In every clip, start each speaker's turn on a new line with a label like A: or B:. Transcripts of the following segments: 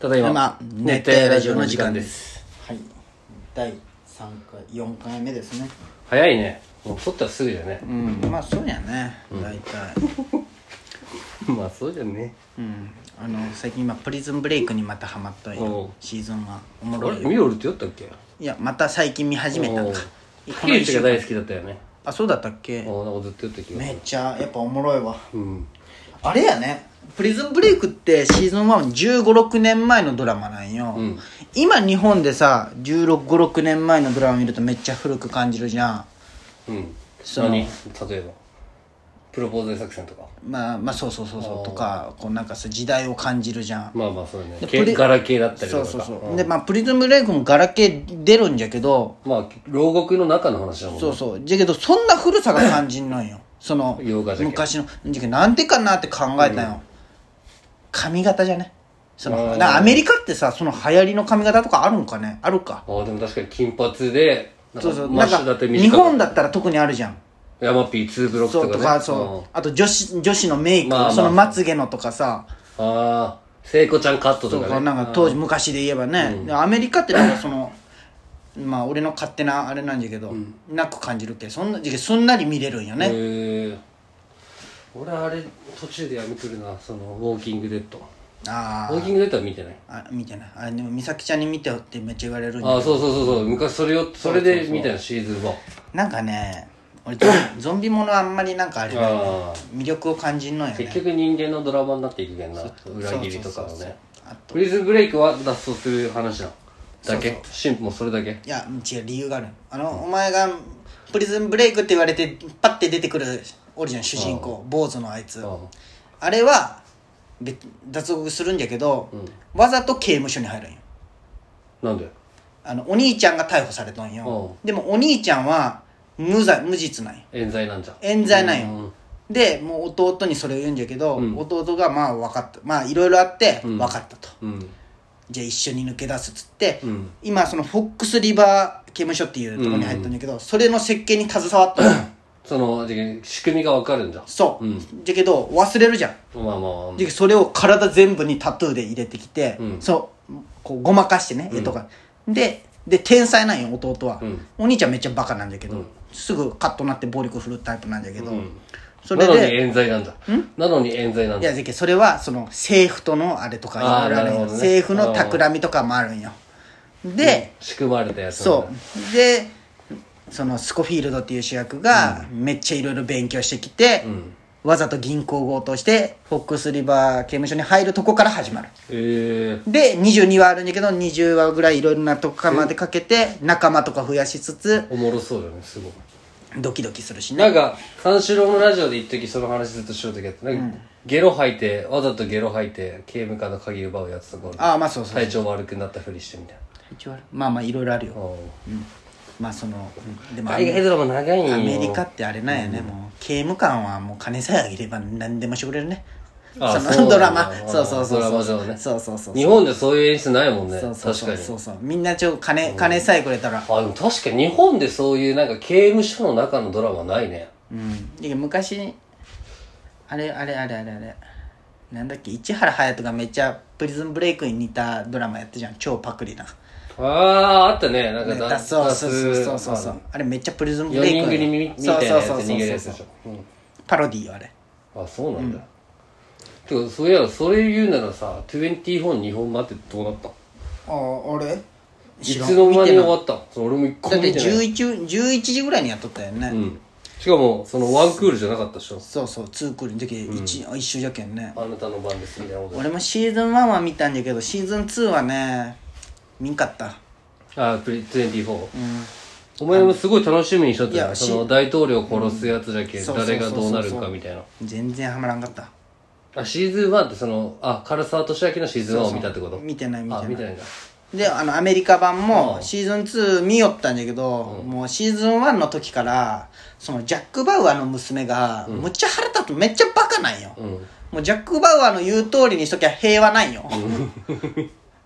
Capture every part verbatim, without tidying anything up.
A: ただいま熱帯ラジオの時間です。
B: はい、だいさんかいよんかいめですね。
A: 早いね。もう撮ったらすぐじゃね。
B: うん、まあそうやね、うん、大体
A: まあそうじゃね。
B: うん、あの最近今プリズンブレイクにまたハマったよ。シーズンはおもろいよ。
A: ミオルって言ったっけ？
B: いや、また最近見始めたんか。
A: キリシが大好きだったよね。
B: あ、そうだったっけ？
A: あ、なんかずっと言った気がする。
B: めっちゃやっぱおもろいわ。
A: うん。
B: あれやね、プリズンブレイクってシーズンワンじゅうご、ろくねんまえのドラマなんよ、うん、今日本でさじゅうご、ろくねんまえのドラマ見るとめっちゃ古く感じるじゃん。
A: うん。何？例えばプロポーズ作戦とか。ま
B: あまあそうそうそうそうとか、こうなんかさ時代を感じるじゃん。
A: まあまあそうだね。ガラケーだったりとか。
B: そうそうそう、うん、でまあプリズンブレイクもガラケー出るんじゃけど、
A: まあ牢獄の中の話だもんね。
B: そうそうじゃけどそんな古さが感じんのよその昔のじゃけなんでかなって考えたよ、うん、髪型じゃね。そのアメリカってさその流行りの髪型とかあるんかね。あるか。
A: ああでも確かに金髪で
B: そうそうなんか日本だったら特にあるじゃん。
A: ヤマピーツーブロックとかね。
B: そうとかそう、うん、あと女子女子のメイク、まあまあ、そのまつげのとかさ。
A: ああ聖子ちゃんカットとかね。
B: そうかなんか当時昔で言えばね、うん、アメリカってなんかそのまあ俺の勝手なあれなんじゃけど、うん、なく感じるけそんなすんなり見れるんよね。へ
A: え。俺あれ途中でやめてるな、そのウォーキングデッド。ああウォーキングデッドは見てない。
B: あ見てない。あれでも美咲ちゃんに見てよってめっちゃ言われるん
A: だけど。あそうそうそうそう昔それをそれで見たよシーズンワン。
B: なんかね俺ゾンビものあんまりなんかあれだよ、ね、魅力を感じんのよね。
A: 結局人間のドラマになっていくけんな。裏切りとかのね。プリズンブレイクは脱走する話なのだけ。シンプルもそれだけ。い
B: や違う理由がある。あの、うん、お前がプリズンブレイクって言われてパッて出てくるおるじゃん主人公坊主のあいつ。 あ, あれは脱獄するんじゃけど、うん、わざと刑務所に入るんよ。
A: なんで？
B: あのお兄ちゃんが逮捕されたんよ。でもお兄ちゃんは無罪無実なんよ。
A: 冤罪なんじゃん。
B: 冤罪なんよ、うん、でもう弟にそれを言うんじゃけど、うん、弟がまあ分かったまあいろいろあって分かったと、うん、じゃあ一緒に抜け出すっつって、うん、今そのフォックスリバー刑務所っていうところに入ったんだけど、うん、それの設計に携わったの
A: その仕組みが分かるんだ。
B: そう、うん、じゃけど忘れるじゃん。まあまあ、うん、じゃそれを体全部にタトゥーで入れてきて、うん、そうこうごまかしてね、絵とかでで天才なんよ弟は、うん、お兄ちゃんめっちゃバカなんだけど、うん、すぐカッとなって暴力振るタイプなんだけど、うん、
A: それでなのに冤罪なんだ。んなのに冤罪なんだ。
B: いやそれはその政府とのあれとかいろいろあるんよ、ね、政府の企みとかもあるんよ。で、
A: うん、仕組まれたやつ
B: そうでそのスコフィールドっていう主役がめっちゃいろいろ勉強してきて、うん、わざと銀行強盗してフォックスリバー刑務所に入るとこから始まる。えー、でにじゅうにわあるんだけどにじゅうわぐらいいろいろなとこまでかけて仲間とか増やしつつ
A: おもろそうだね。すごい
B: ドキドキするしね。
A: なんか三四郎のラジオで一時その話ずっとしようときやってなんか、うん、ゲロ吐いてわざとゲロ吐いて刑務官の鍵奪うやつとか
B: ああまあそうそうそう
A: 体調悪くなったふりしてみたいな。
B: 体調悪いまあまあいろいろあるよ、うん、まあその、
A: うん、でも海外ドラマ長いんよ。
B: アメリカってあれなんやね、うん、もう刑務官はもう金さえあげれば何でもしてくれるね。
A: ああ
B: そのドラマそうそうそう
A: ドラマ上ね。
B: そうそうそう
A: 日本でそういう演出ないもんね。
B: そうそうそう
A: 確かに
B: そうそうみんなちょ金、うん、金さえくれたら。
A: あでも確かに日本でそういうなんか刑務所の中のドラマないね。
B: うんで昔あれあれあれあれあれなんだっけ市原隼人がめっちゃプリズンブレイクに似たドラマやったじゃん。超パクリな。
A: あああったね。なんか
B: だそうそうそうそうそうあれめっちゃプリズンブレイク
A: よにん組みたいなやつ逃げるやつでしょ。
B: パロディーよあれ。
A: あそうなんだ、うんてかそういやそれ言うならさにじゅうよん日本待ってどうなった？
B: あああれ
A: いつの間に終わった？そ俺も一個も見てない。
B: だってじゅういち、じゅういちじぐらいにやっとったよね。うん。
A: しかもそのワンクールじゃなかったでしょ。
B: そうそうツークールの時、うん、一一緒じゃけんね。
A: あなたの番ですみたいなこと。
B: 俺もシーズンワンは見たんだけどシーズンツーはね見んかった。
A: あプリにじゅうよん。うん。お前もすごい楽しみにしとったよ。その大統領を殺すやつだけ、うん、誰がどうなるかみたいな。
B: 全然ハマらんかった。
A: あシーズンワンってそのあ唐沢寿明のシーズンワンを見たってこと？そうそう
B: 見てない見てない。
A: あ見てないんだ。
B: であのアメリカ版もシーズンツー見よったんだけど、うん、もうシーズンワンの時からそのジャック・バウアーの娘がむっちゃ腹立ってめっちゃバカなんよ、うん、もうジャック・バウアーの言う通りにしときゃ平和なんよ、うん、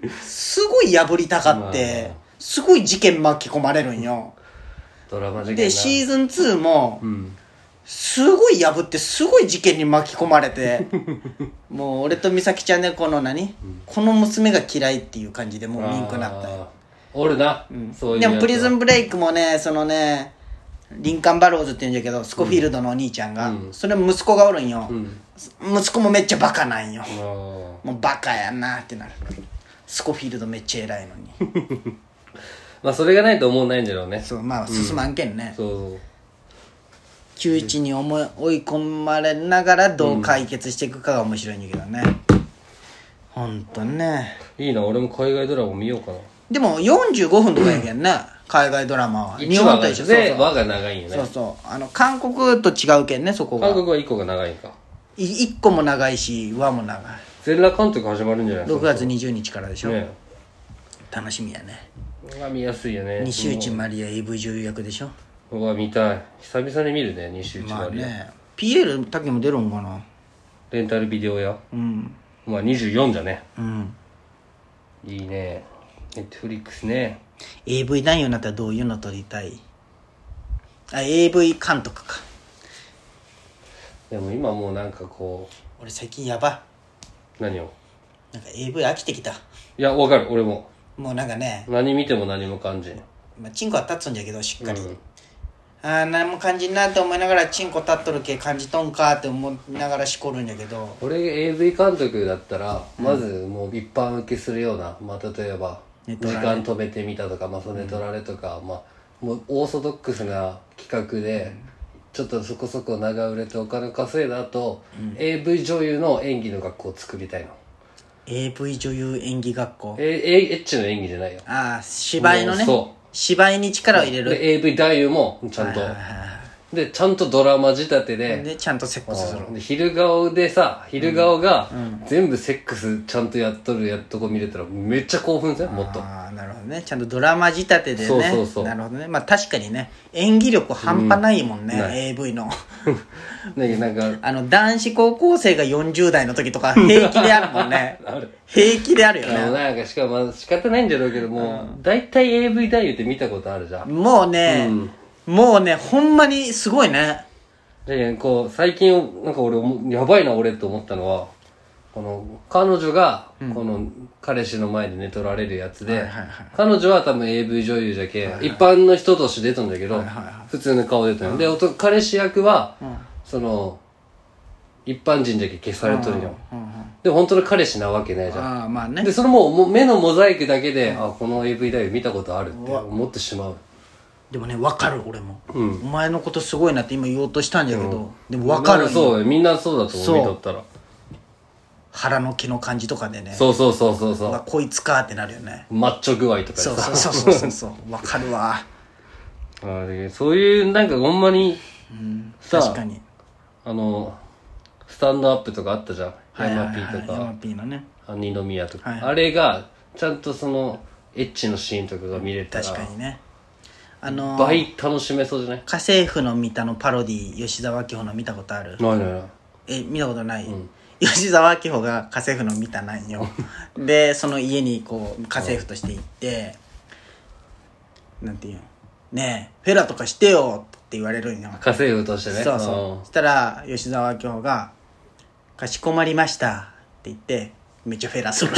B: すごい破りたかって、まあ、すごい事件巻き込まれるんよ。
A: ドラマ事件
B: でシーズンツーも、うんすごい破ってすごい事件に巻き込まれてもう俺と美咲ちゃんでこの何、うん、この娘が嫌いっていう感じでもうリンクなったよ。
A: おるな、
B: うん、そういうでもプリズンブレイクもねそのねリンカン・バローズって言うんだけどスコフィールドのお兄ちゃんが、うん、それ息子がおるんよ、うん、息子もめっちゃバカなんよ、もうバカやなってなる。スコフィールドめっちゃ偉いのに
A: まあそれがないと思うないんだろうね。
B: そうまあ進まんけんね、
A: うん、そう
B: きゅういちに思い追い込まれながらどう解決していくかが面白いんだけどね、うん、ほんとね。
A: いいな、俺も海外ドラマ見ようかな。
B: でもよんじゅうごふんとかやけんね、うん、海外ドラマは
A: 日本と一緒で輪が長いよね。
B: そうそうあの韓国と違うけんね、そこが。
A: 韓国はいっこが長いんか。
B: いいっこも長いし輪も長い。
A: 全裸監督始まるんじゃないですか。
B: ろくがつにじゅうにちからでしょ、ね、楽しみやね。
A: 見やすいよね。
B: 西内まりや エーブイ 女優役でしょ。
A: うわ見たい、久々に見るね西内まりや。まあね
B: ピーエル だけも出るんかな。
A: レンタルビデオ屋。うんまあにじゅうよんじゃね。うんいいね。ネットフリックスね。
B: エーブイ 男優になったらどういうの撮りたい。あ エーブイ 監督か。
A: でも今もうなんかこう
B: 俺最近やば。
A: 何を
B: なんか エーブイ 飽きてきた。い
A: やわかる俺も。
B: もうなんかね
A: 何見ても何も感じん。
B: まあ、チンコは立つんじゃけどしっかり、うん、ああ何も感じんなって思いながらチンコ立っとるけ感じとんかって思いながらしこるんやけど。
A: 俺 エーブイ 監督だったらまずもう一般受けするような、まあ、例えば時間止めてみたとか、まあ、そのネトラレとか、うん、まあ、もうオーソドックスな企画で、うん、ちょっとそこそこ長売れてお金稼いだ後、うん、エーブイ 女優の演技の学校を作りたいの。
B: エーブイ 女優演技学校。
A: えエッチの演技じゃないよ。
B: ああ芝居のね。そう芝居に力を入れる。
A: で エーブイ 男優もちゃんと、はいはいはい、でちゃんとドラマ仕立てで
B: でちゃんとセックスする。
A: で昼顔でさ昼顔が全部セックスちゃんとやっとるやっとこ見れたらめっちゃ興奮するもっと。
B: ああなるほどね。ちゃんとドラマ仕立てでね。
A: そうそうそう。
B: なるほどね。まあ確かにね演技力半端ないもんね、うん、エーブイ の
A: ねなんか
B: あの男子高校生がよんじゅう代の時とか平気であるもんねある平気であるよね。
A: なんかしかもまあ仕方ないんだろうけども、うん、大体 エーブイ 男優って見たことあるじゃん。
B: もうね、うん、もうねほんまにすごいね。
A: でこう最近なんか俺やばいな俺と思ったのはこの彼女がこの彼氏の前で寝取られるやつで、うんはいはいはい、彼女は多分 エーブイ 女優じゃけ、はいはい、一般の人として出たんだけど、はいはいはい、普通の顔出たの、うん、で彼氏役は、うん、その一般人じゃけ消されとるよ、うんうんうん、で本当の彼氏なわけないじゃん。
B: あ、まあね、
A: でそれももう目のモザイクだけで、うん、あこの エーブイ 男優見たことあるって思ってしまう。
B: でもね分かる俺も、うん、お前のことすごいなって今言おうとしたんだけど、うん、でも分かる。
A: そうみんなそうだと思う見とったら
B: 腹の毛の感じとかでね。
A: そうそうそうそうそう
B: こいつかってなるよね。
A: マッチョ具合とかで
B: さ。そうそうそうそうそう分かるわ
A: あれそういうなんかほんまに、
B: うん、確かに
A: あのスタンドアップとかあったじゃん、ヤマピーとか
B: ヤマピーのね
A: 二宮とか、
B: はいはい、
A: あれがちゃんとそのエッチのシーンとかが見れたら
B: 確かにねあのー、
A: 倍楽しめそうじゃない。
B: 家政婦の見たのパロディ吉沢明穂の見たことある？
A: ないないない。
B: え見たことない、うん、吉沢明穂が家政婦の見たなんよでその家にこう家政婦として行ってなんていうのねえフェラとかしてよって言われるんよ
A: 家政婦としてね。
B: そうそうそしたら吉沢明穂がかしこまりましたって言ってめっちゃフェラする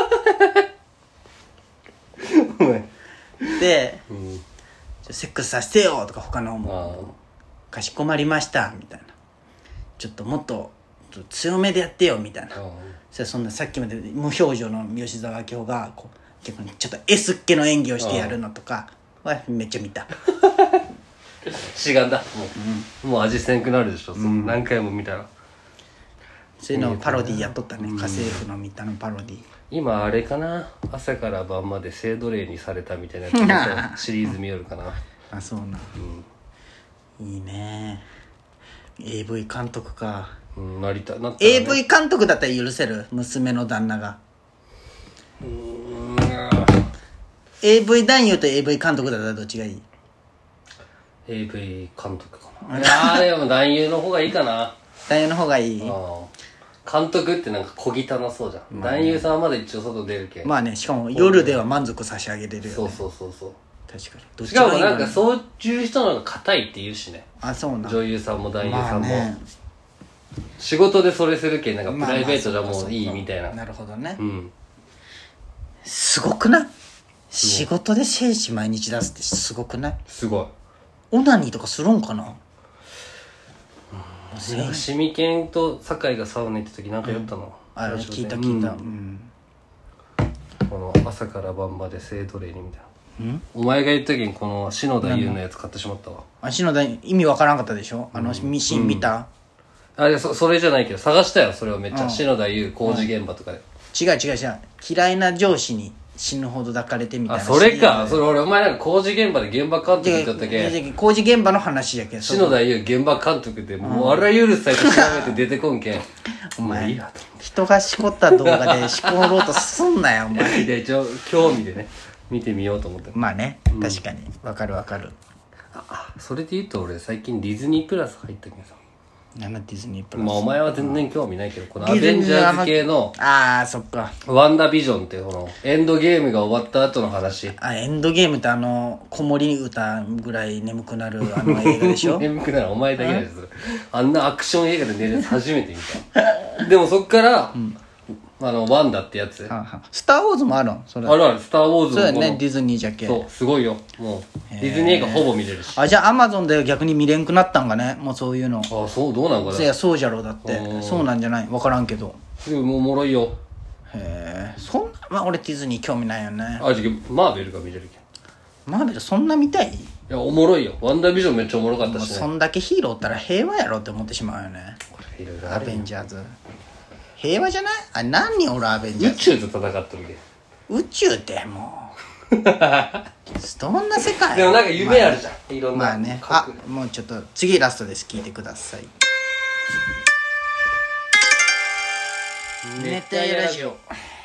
B: で、うん、セックスさせてよとか他のもかしこまりましたみたいなちょっともっと強めでやってよみたいな。そそんなさっきまで無表情の吉沢明穂がこう結構ちょっと S っ気の演技をしてやるのとかはめっちゃ見た
A: 志願だもう、うん、もう味せんくなるでしょ、うん、何回も見たら。
B: そういうのをパロディやっとったね、うん、家政婦の見たのパロディ。
A: 今あれかな朝から晩まで性奴隷にされたみたいなやつシリーズ見よるかな
B: あそうな、うん、いいね エーブイ 監督か、
A: うん、なりたなったら、ね、
B: エーブイ 監督だったら許せる娘の旦那が。うーん エーブイ 男優と エーブイ 監督だったらどっちがいい？
A: エーブイ 監督かな。いやでも男優の方がいいかな。
B: 男優の方がいい。
A: 監督ってなんか小汚そうじゃん、まあね、男優さんはまだ一応外出るけん。
B: まあねしかも夜では満足差し上げれるよね。
A: そうそうそうそう
B: 確かにどっ
A: しかも
B: ちがいい
A: なんかそういう人の方が硬いって言うしね。
B: あそうな
A: 女優さんも男優さんも、
B: まあね、
A: 仕事でそれするけんなんかプライベートじゃ
B: まあまあ
A: もういいみたいな、
B: なるほどね、
A: うん、
B: すごくない？仕事で精子毎日出すってすごくない？
A: すごい。
B: オナニーとかするんかな？
A: なんかシミケンと酒井がサウナ行った時なんか言ったの、
B: うん、あれ聞いた聞いた、うん、
A: この朝から晩まで性トレーニングみたいな、
B: うん、
A: お前が言った時にこの篠田優のやつ買ってしまったわ。
B: あ篠田意味わからんかったでしょあの、うん、ミシン見た、
A: うん、あれ そ, それじゃないけど探したよそれをめっちゃ、うん、篠田優工事現場とかで、
B: 違う違う違う嫌いな上司に死ぬほど抱かれてみたいな。
A: あそれかそれ俺お前なんか工事現場で現場監督って言ったっけ。
B: 工事現場の話やけん
A: 篠田優現場監督でもうあらゆるサイト調べて出てこんけん
B: お前いいやと人がしこった動画でしころうとすんなよお前
A: で一応興味でね見てみようと思って
B: まあね、うん、確かにわかるわかる。
A: あそれで言うと俺最近ディズニープラス入ったけどさ。
B: なんだディズニープラス。
A: まあお前は全然興味ないけどこのアベンジャーズ系の
B: ああそっか
A: ワンダービジョンっていうこのエンドゲームが終わった後の話。
B: あエンドゲームってあの子守歌ぐらい眠くなるあの映画でしょ
A: 眠くなるお前だけです。あんなアクション映画で寝るやつ初めて見たでもそっから、うん、あのワンダってやつ
B: スターウォーズもあるんそれ。
A: あるあるスターウォーズも
B: そうやねディズニーじゃけ。
A: そうすごいよもうディズニー映画ほぼ見れるし。
B: あじゃあアマゾンで逆に見れんくなったんかねもうそういうの。
A: あそうどうなんかな。
B: そうやそうじゃろうだってそうなんじゃない分からんけど。
A: でももうおもろいよ。
B: へえそんなまあ俺ディズニー興味ないよね。
A: あじゃあマーベルが見れるけ
B: ん。マーベルそんな見たい？い
A: やおもろいよワンダービジョンめっちゃおもろかったしね。
B: そんだけヒーローったら平和やろって思ってしまうよね。
A: これいろいろあ
B: ア
A: る
B: ベンジャーズ平和じゃない？あれ何人おるアベンジャーズ。
A: 宇宙と戦ってるけ
B: 宇宙ってもうどんな世界？
A: でもなんか夢あるじゃん、まあ、いろんな。
B: まあねあもうちょっと次ラストです聞いてください。熱帯夜ラジオ。